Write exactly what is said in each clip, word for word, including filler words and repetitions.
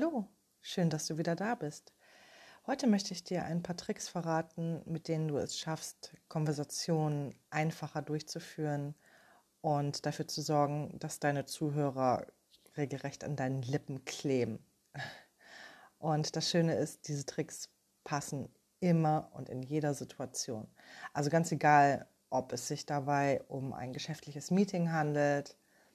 Hallo, schön, dass du wieder da bist. Heute möchte ich dir ein paar Tricks verraten, mit denen du es schaffst, Konversationen einfacher durchzuführen und dafür zu sorgen, dass deine Zuhörer regelrecht an deinen Lippen kleben. Und das Schöne ist, diese Tricks passen immer und in jeder Situation. Also ganz egal, ob es sich dabei um ein geschäftliches Meeting handelt,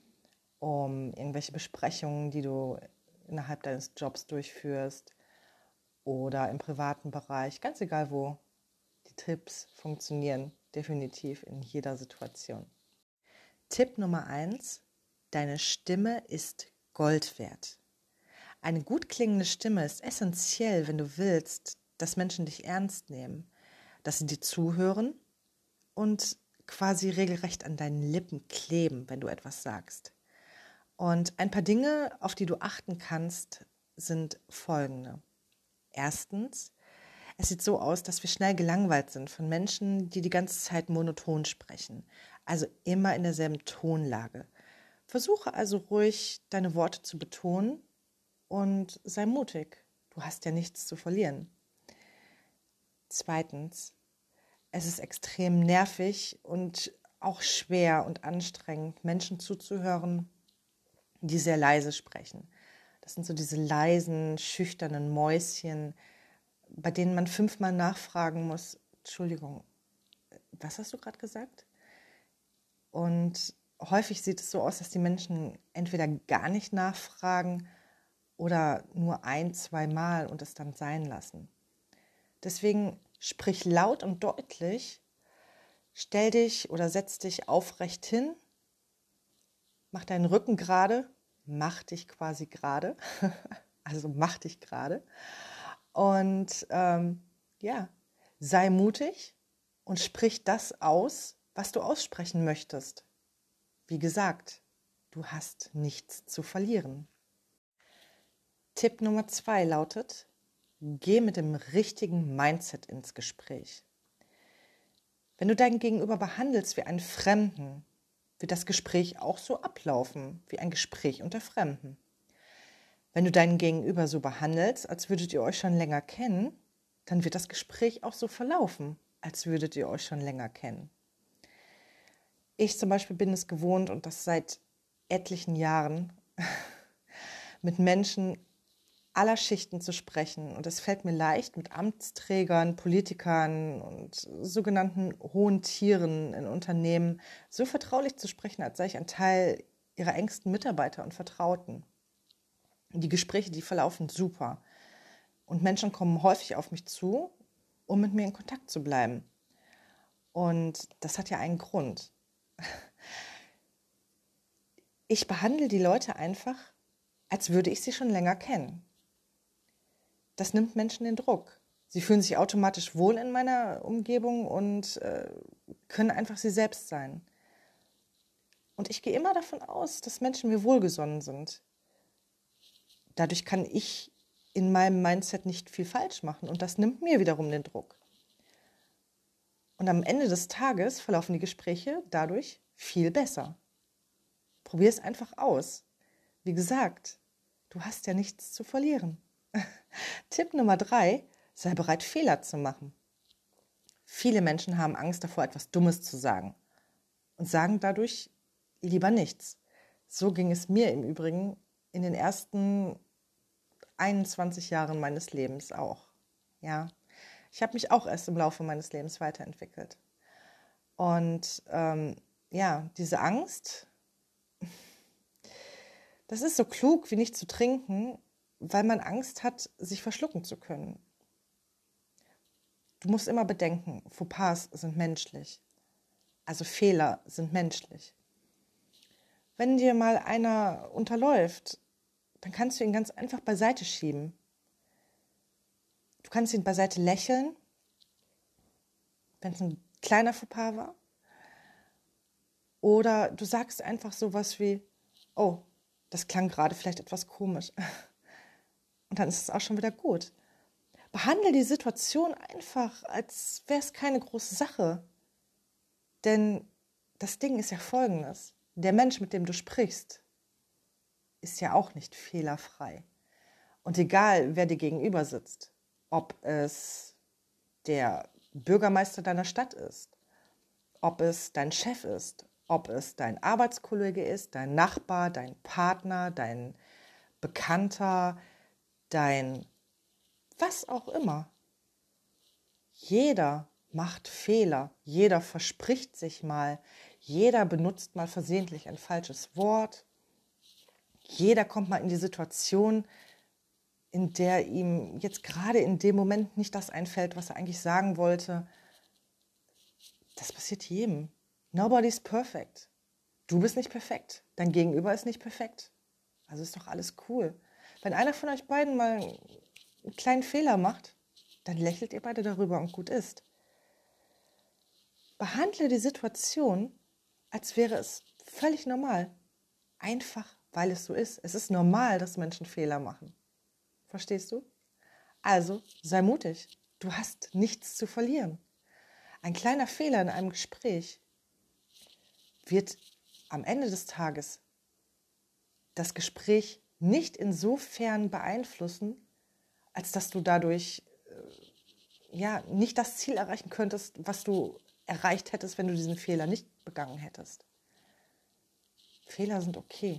um irgendwelche Besprechungen, die du innerhalb deines Jobs durchführst oder im privaten Bereich, ganz egal wo, die Tipps funktionieren definitiv in jeder Situation. Tipp Nummer eins: Deine Stimme ist Gold wert. Eine gut klingende Stimme ist essentiell, wenn du willst, dass Menschen dich ernst nehmen, dass sie dir zuhören und quasi regelrecht an deinen Lippen kleben, wenn du etwas sagst. Und ein paar Dinge, auf die du achten kannst, sind folgende. Erstens, es sieht so aus, dass wir schnell gelangweilt sind von Menschen, die die ganze Zeit monoton sprechen, also immer in derselben Tonlage. Versuche also ruhig, deine Worte zu betonen und sei mutig. Du hast ja nichts zu verlieren. Zweitens, es ist extrem nervig und auch schwer und anstrengend, Menschen zuzuhören, die sehr leise sprechen. Das sind so diese leisen, schüchternen Mäuschen, bei denen man fünfmal nachfragen muss, Entschuldigung, was hast du gerade gesagt? Und häufig sieht es so aus, dass die Menschen entweder gar nicht nachfragen oder nur ein, zwei Mal und es dann sein lassen. Deswegen sprich laut und deutlich, stell dich oder setz dich aufrecht hin, mach deinen Rücken gerade, mach dich quasi gerade, also mach dich gerade. Und ähm, ja, sei mutig und sprich das aus, was du aussprechen möchtest. Wie gesagt, du hast nichts zu verlieren. Tipp Nummer zwei lautet, geh mit dem richtigen Mindset ins Gespräch. Wenn du dein Gegenüber behandelst wie einen Fremden, wird das Gespräch auch so ablaufen, wie ein Gespräch unter Fremden. Wenn du deinen Gegenüber so behandelst, als würdet ihr euch schon länger kennen, dann wird das Gespräch auch so verlaufen, als würdet ihr euch schon länger kennen. Ich zum Beispiel bin es gewohnt, und das seit etlichen Jahren, mit Menschen aller Schichten zu sprechen. Und es fällt mir leicht, mit Amtsträgern, Politikern und sogenannten hohen Tieren in Unternehmen so vertraulich zu sprechen, als sei ich ein Teil ihrer engsten Mitarbeiter und Vertrauten. Die Gespräche, die verlaufen super. Und Menschen kommen häufig auf mich zu, um mit mir in Kontakt zu bleiben. Und das hat ja einen Grund. Ich behandle die Leute einfach, als würde ich sie schon länger kennen. Das nimmt Menschen den Druck. Sie fühlen sich automatisch wohl in meiner Umgebung und äh, können einfach sie selbst sein. Und ich gehe immer davon aus, dass Menschen mir wohlgesonnen sind. Dadurch kann ich in meinem Mindset nicht viel falsch machen und das nimmt mir wiederum den Druck. Und am Ende des Tages verlaufen die Gespräche dadurch viel besser. Probier es einfach aus. Wie gesagt, du hast ja nichts zu verlieren. Tipp Nummer drei, sei bereit, Fehler zu machen. Viele Menschen haben Angst davor, etwas Dummes zu sagen und sagen dadurch lieber nichts. So ging es mir im Übrigen in den ersten einundzwanzig Jahren meines Lebens auch. Ja, ich habe mich auch erst im Laufe meines Lebens weiterentwickelt. Und ähm, ja, diese Angst, das ist so klug wie nicht zu trinken, weil man Angst hat, sich verschlucken zu können. Du musst immer bedenken, Fauxpas sind menschlich. Also Fehler sind menschlich. Wenn dir mal einer unterläuft, dann kannst du ihn ganz einfach beiseite schieben. Du kannst ihn beiseite lächeln, wenn es ein kleiner Fauxpas war. Oder du sagst einfach sowas wie, oh, das klang gerade vielleicht etwas komisch. Und dann ist es auch schon wieder gut. Behandle die Situation einfach, als wäre es keine große Sache. Denn das Ding ist ja folgendes. Der Mensch, mit dem du sprichst, ist ja auch nicht fehlerfrei. Und egal, wer dir gegenüber sitzt, ob es der Bürgermeister deiner Stadt ist, ob es dein Chef ist, ob es dein Arbeitskollege ist, dein Nachbar, dein Partner, dein Bekannter, dein was auch immer. Jeder macht Fehler, jeder verspricht sich mal, jeder benutzt mal versehentlich ein falsches Wort, jeder kommt mal in die Situation, in der ihm jetzt gerade in dem Moment nicht das einfällt, was er eigentlich sagen wollte. Das passiert jedem. Nobody's perfect. Du bist nicht perfekt. Dein Gegenüber ist nicht perfekt. Also ist doch alles cool. Wenn einer von euch beiden mal einen kleinen Fehler macht, dann lächelt ihr beide darüber und gut ist. Behandle die Situation, als wäre es völlig normal. Einfach, weil es so ist. Es ist normal, dass Menschen Fehler machen. Verstehst du? Also sei mutig. Du hast nichts zu verlieren. Ein kleiner Fehler in einem Gespräch wird am Ende des Tages das Gespräch nicht insofern beeinflussen, als dass du dadurch äh, ja, nicht das Ziel erreichen könntest, was du erreicht hättest, wenn du diesen Fehler nicht begangen hättest. Fehler sind okay.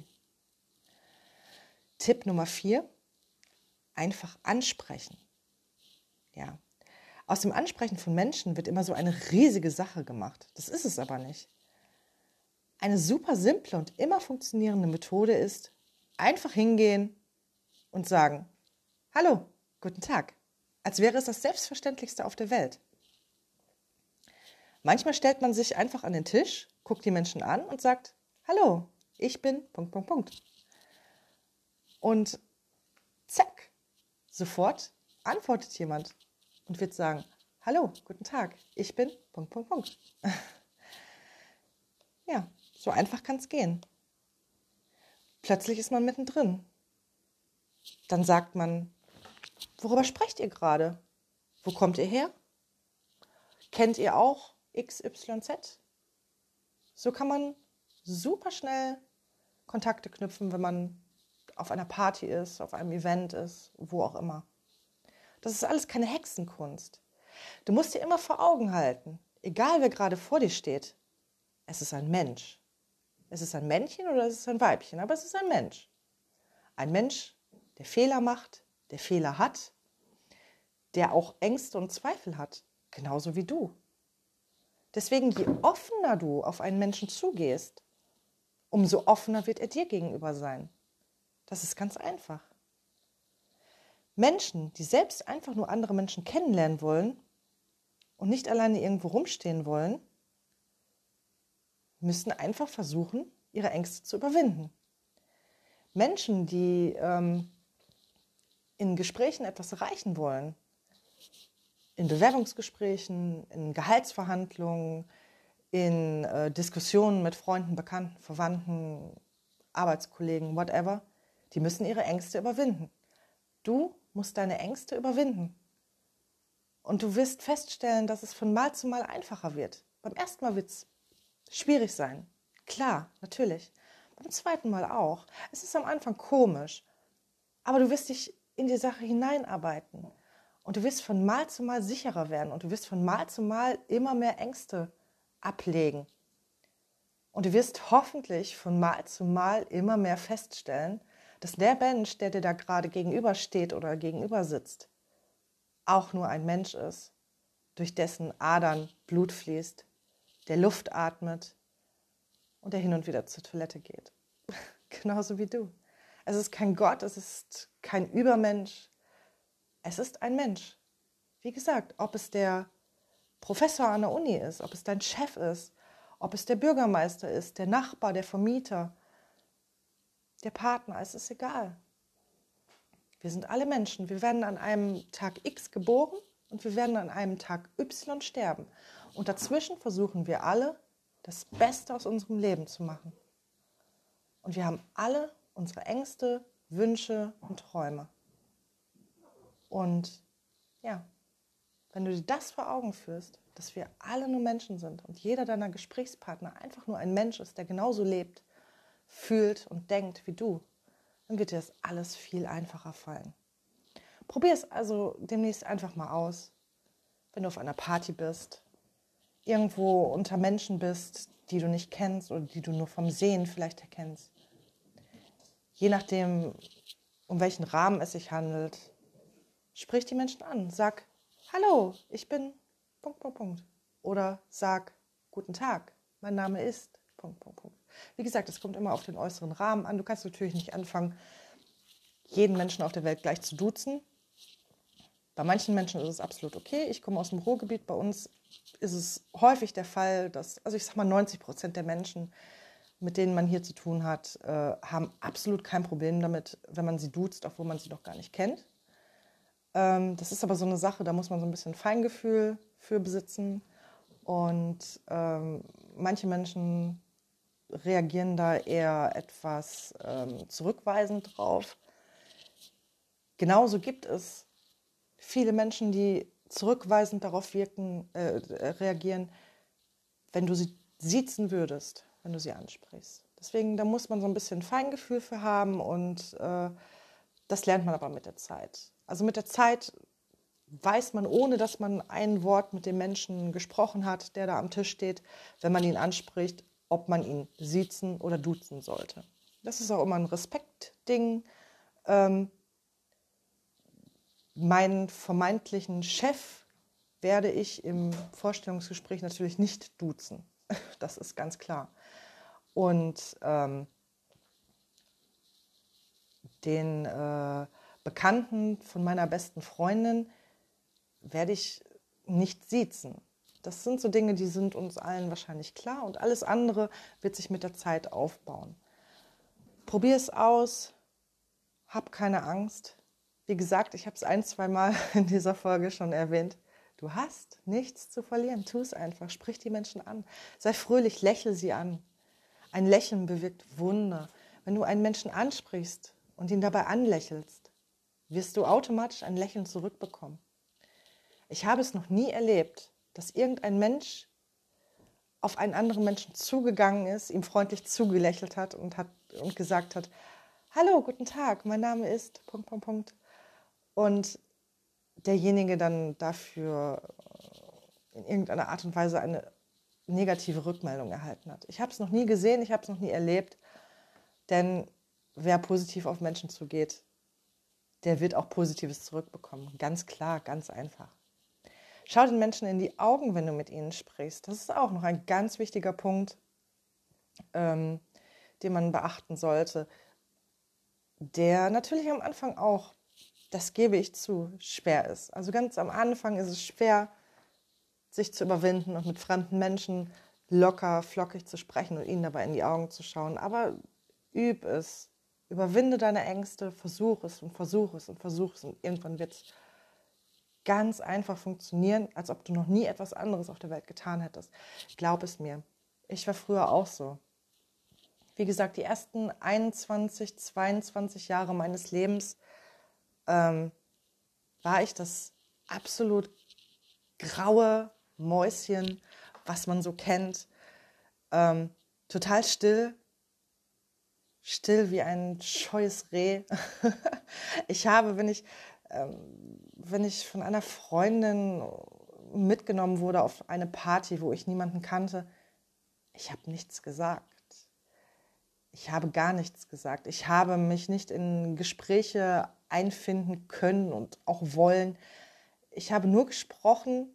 Tipp Nummer vier, einfach ansprechen. Ja. Aus dem Ansprechen von Menschen wird immer so eine riesige Sache gemacht. Das ist es aber nicht. Eine super simple und immer funktionierende Methode ist, einfach hingehen und sagen, hallo, guten Tag, als wäre es das Selbstverständlichste auf der Welt. Manchmal stellt man sich einfach an den Tisch, guckt die Menschen an und sagt, hallo, ich bin... Punkt, Punkt, Punkt. Und zack, sofort antwortet jemand und wird sagen, hallo, guten Tag, ich bin... Punkt, Punkt, Punkt. Ja, so einfach kann es gehen. Plötzlich ist man mittendrin. Dann sagt man, worüber sprecht ihr gerade? Wo kommt ihr her? Kennt ihr auch X Y Z? So kann man super schnell Kontakte knüpfen, wenn man auf einer Party ist, auf einem Event ist, wo auch immer. Das ist alles keine Hexenkunst. Du musst dir immer vor Augen halten, egal wer gerade vor dir steht, es ist ein Mensch. Es ist ein Männchen oder es ist ein Weibchen, aber es ist ein Mensch. Ein Mensch, der Fehler macht, der Fehler hat, der auch Ängste und Zweifel hat, genauso wie du. Deswegen, je offener du auf einen Menschen zugehst, umso offener wird er dir gegenüber sein. Das ist ganz einfach. Menschen, die selbst einfach nur andere Menschen kennenlernen wollen und nicht alleine irgendwo rumstehen wollen, müssen einfach versuchen, ihre Ängste zu überwinden. Menschen, die ähm, in Gesprächen etwas erreichen wollen, in Bewerbungsgesprächen, in Gehaltsverhandlungen, in äh, Diskussionen mit Freunden, Bekannten, Verwandten, Arbeitskollegen, whatever, die müssen ihre Ängste überwinden. Du musst deine Ängste überwinden. Und du wirst feststellen, dass es von Mal zu Mal einfacher wird. Beim ersten Mal wird es schwierig sein. Klar, natürlich. Beim zweiten Mal auch. Es ist am Anfang komisch. Aber du wirst dich in die Sache hineinarbeiten. Und du wirst von Mal zu Mal sicherer werden. Und du wirst von Mal zu Mal immer mehr Ängste ablegen. Und du wirst hoffentlich von Mal zu Mal immer mehr feststellen, dass der Mensch, der dir da gerade gegenübersteht oder gegenüber sitzt, auch nur ein Mensch ist, durch dessen Adern Blut fließt, der Luft atmet und der hin und wieder zur Toilette geht. Genauso wie du. Es ist kein Gott, es ist kein Übermensch. Es ist ein Mensch. Wie gesagt, ob es der Professor an der Uni ist, ob es dein Chef ist, ob es der Bürgermeister ist, der Nachbar, der Vermieter, der Partner, es ist egal. Wir sind alle Menschen. Wir werden an einem Tag X geboren und wir werden an einem Tag Y sterben. Und dazwischen versuchen wir alle, das Beste aus unserem Leben zu machen. Und wir haben alle unsere Ängste, Wünsche und Träume. Und ja, wenn du dir das vor Augen führst, dass wir alle nur Menschen sind und jeder deiner Gesprächspartner einfach nur ein Mensch ist, der genauso lebt, fühlt und denkt wie du, dann wird dir das alles viel einfacher fallen. Probier es also demnächst einfach mal aus, wenn du auf einer Party bist, irgendwo unter Menschen bist, die du nicht kennst oder die du nur vom Sehen vielleicht erkennst. Je nachdem, um welchen Rahmen es sich handelt, sprich die Menschen an. Sag, hallo, ich bin Punkt, Punkt, Punkt. Oder sag, guten Tag, mein Name ist Punkt, Punkt, Punkt. Wie gesagt, es kommt immer auf den äußeren Rahmen an. Du kannst natürlich nicht anfangen, jeden Menschen auf der Welt gleich zu duzen. Bei manchen Menschen ist es absolut okay. Ich komme aus dem Ruhrgebiet. Bei uns ist es häufig der Fall, dass, also ich sag mal, neunzig Prozent der Menschen, mit denen man hier zu tun hat, äh, haben absolut kein Problem damit, wenn man sie duzt, obwohl man sie noch gar nicht kennt. Ähm, das ist aber so eine Sache, da muss man so ein bisschen Feingefühl für besitzen. Und ähm, manche Menschen reagieren da eher etwas ähm, zurückweisend drauf. Genauso gibt es viele Menschen, die zurückweisend darauf wirken, äh, reagieren, wenn du sie siezen würdest, wenn du sie ansprichst. Deswegen, da muss man so ein bisschen Feingefühl für haben und äh, das lernt man aber mit der Zeit. Also mit der Zeit weiß man, ohne dass man ein Wort mit dem Menschen gesprochen hat, der da am Tisch steht, wenn man ihn anspricht, ob man ihn siezen oder duzen sollte. Das ist auch immer ein Respektding. Ähm, meinen vermeintlichen Chef werde ich im Vorstellungsgespräch natürlich nicht duzen. Das ist ganz klar. Und ähm, den äh, Bekannten von meiner besten Freundin werde ich nicht siezen. Das sind so Dinge, die sind uns allen wahrscheinlich klar und alles andere wird sich mit der Zeit aufbauen. Probier es aus, hab keine Angst. Wie gesagt, ich habe es ein, zwei Mal in dieser Folge schon erwähnt. Du hast nichts zu verlieren. Tu es einfach. Sprich die Menschen an. Sei fröhlich, lächle sie an. Ein Lächeln bewirkt Wunder. Wenn du einen Menschen ansprichst und ihn dabei anlächelst, wirst du automatisch ein Lächeln zurückbekommen. Ich habe es noch nie erlebt, dass irgendein Mensch auf einen anderen Menschen zugegangen ist, ihm freundlich zugelächelt hat und, hat, und gesagt hat, hallo, guten Tag, mein Name ist... Punkt, Punkt, Punkt. Und derjenige dann dafür in irgendeiner Art und Weise eine negative Rückmeldung erhalten hat. Ich habe es noch nie gesehen, ich habe es noch nie erlebt, denn wer positiv auf Menschen zugeht, der wird auch Positives zurückbekommen. Ganz klar, ganz einfach. Schau den Menschen in die Augen, wenn du mit ihnen sprichst. Das ist auch noch ein ganz wichtiger Punkt, ähm, den man beachten sollte, der natürlich am Anfang auch, das gebe ich zu, schwer ist. Also ganz am Anfang ist es schwer, sich zu überwinden und mit fremden Menschen locker, flockig zu sprechen und ihnen dabei in die Augen zu schauen. Aber üb es, überwinde deine Ängste, versuch es und versuch es und versuch es und irgendwann wird es ganz einfach funktionieren, als ob du noch nie etwas anderes auf der Welt getan hättest. Glaub es mir, ich war früher auch so. Wie gesagt, die ersten einundzwanzig, zweiundzwanzig Jahre meines Lebens ähm, war ich das absolut graue Mäuschen, was man so kennt. Ähm, total still, still wie ein scheues Reh. Ich habe, wenn ich, ähm, wenn ich von einer Freundin mitgenommen wurde auf eine Party, wo ich niemanden kannte, ich habe nichts gesagt. Ich habe gar nichts gesagt. Ich habe mich nicht in Gespräche einfinden können und auch wollen. Ich habe nur gesprochen.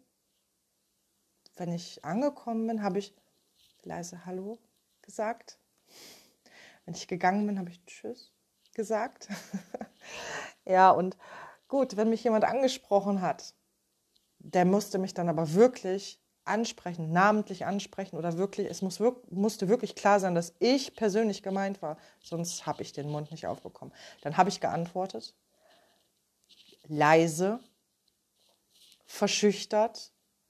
Wenn ich angekommen bin, habe ich leise Hallo gesagt. Wenn ich gegangen bin, habe ich Tschüss gesagt. Ja, und gut, wenn mich jemand angesprochen hat, der musste mich dann aber wirklich ansprechen, namentlich ansprechen oder wirklich, es muss, musste wirklich klar sein, dass ich persönlich gemeint war, sonst habe ich den Mund nicht aufbekommen. Dann habe ich geantwortet, leise, verschüchtert,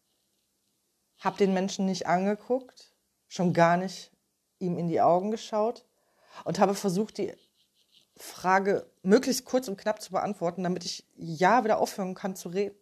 habe den Menschen nicht angeguckt, schon gar nicht ihm in die Augen geschaut und habe versucht, die Frage möglichst kurz und knapp zu beantworten, damit ich ja wieder aufhören kann zu reden.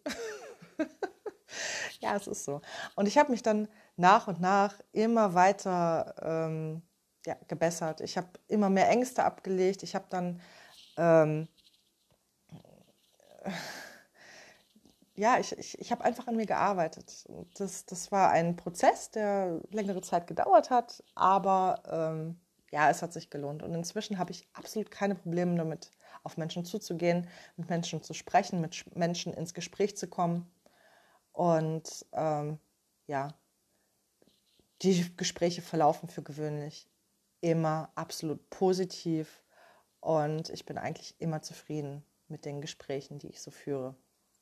Ja, es ist so. Und ich habe mich dann nach und nach immer weiter ähm, ja, gebessert. Ich habe immer mehr Ängste abgelegt. Ich habe dann ähm, ja, ich, ich, ich habe einfach an mir gearbeitet. Das, das war ein Prozess, der längere Zeit gedauert hat, aber ähm, ja, es hat sich gelohnt. Und inzwischen habe ich absolut keine Probleme damit, auf Menschen zuzugehen, mit Menschen zu sprechen, mit Menschen ins Gespräch zu kommen. Und ähm, ja, die Gespräche verlaufen für gewöhnlich immer absolut positiv. Und ich bin eigentlich immer zufrieden mit den Gesprächen, die ich so führe.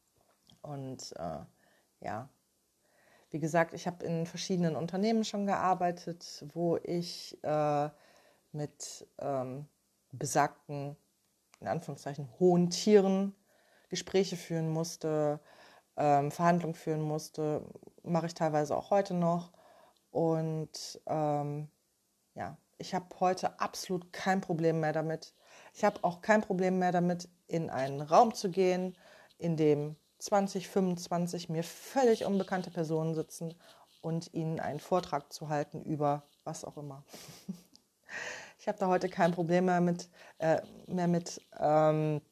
Und äh, ja, wie gesagt, ich habe in verschiedenen Unternehmen schon gearbeitet, wo ich äh, mit ähm, besagten, in Anführungszeichen, hohen Tieren Gespräche führen musste, ähm, Verhandlungen führen musste, mache ich teilweise auch heute noch. Und ähm, ja, ich habe heute absolut kein Problem mehr damit. Ich habe auch kein Problem mehr damit, in einen Raum zu gehen, in dem zwanzig, fünfundzwanzig mir völlig unbekannte Personen sitzen und ihnen einen Vortrag zu halten über was auch immer. Ich habe da heute kein Problem mehr mit, äh, mehr mit, ähm,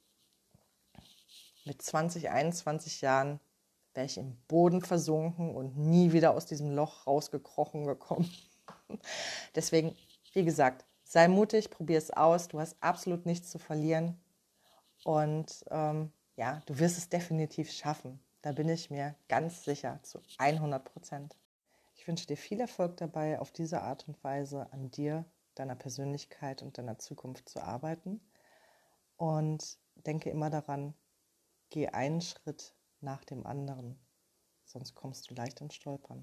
mit zwanzig, einundzwanzig Jahren wäre ich im Boden versunken und nie wieder aus diesem Loch rausgekrochen gekommen. Deswegen, wie gesagt, sei mutig, probier es aus. Du hast absolut nichts zu verlieren. Und ähm, ja, du wirst es definitiv schaffen. Da bin ich mir ganz sicher, zu hundert Prozent. Ich wünsche dir viel Erfolg dabei, auf diese Art und Weise an dir, deiner Persönlichkeit und deiner Zukunft zu arbeiten. Und denke immer daran, geh einen Schritt nach dem anderen, sonst kommst du leicht ins Stolpern.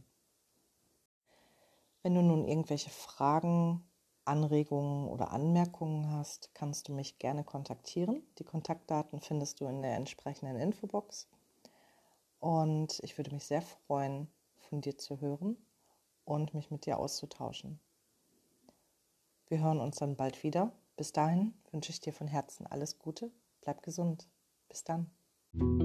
Wenn du nun irgendwelche Fragen, Anregungen oder Anmerkungen hast, kannst du mich gerne kontaktieren. Die Kontaktdaten findest du in der entsprechenden Infobox. Und ich würde mich sehr freuen, von dir zu hören und mich mit dir auszutauschen. Wir hören uns dann bald wieder. Bis dahin wünsche ich dir von Herzen alles Gute. Bleib gesund. Bis dann.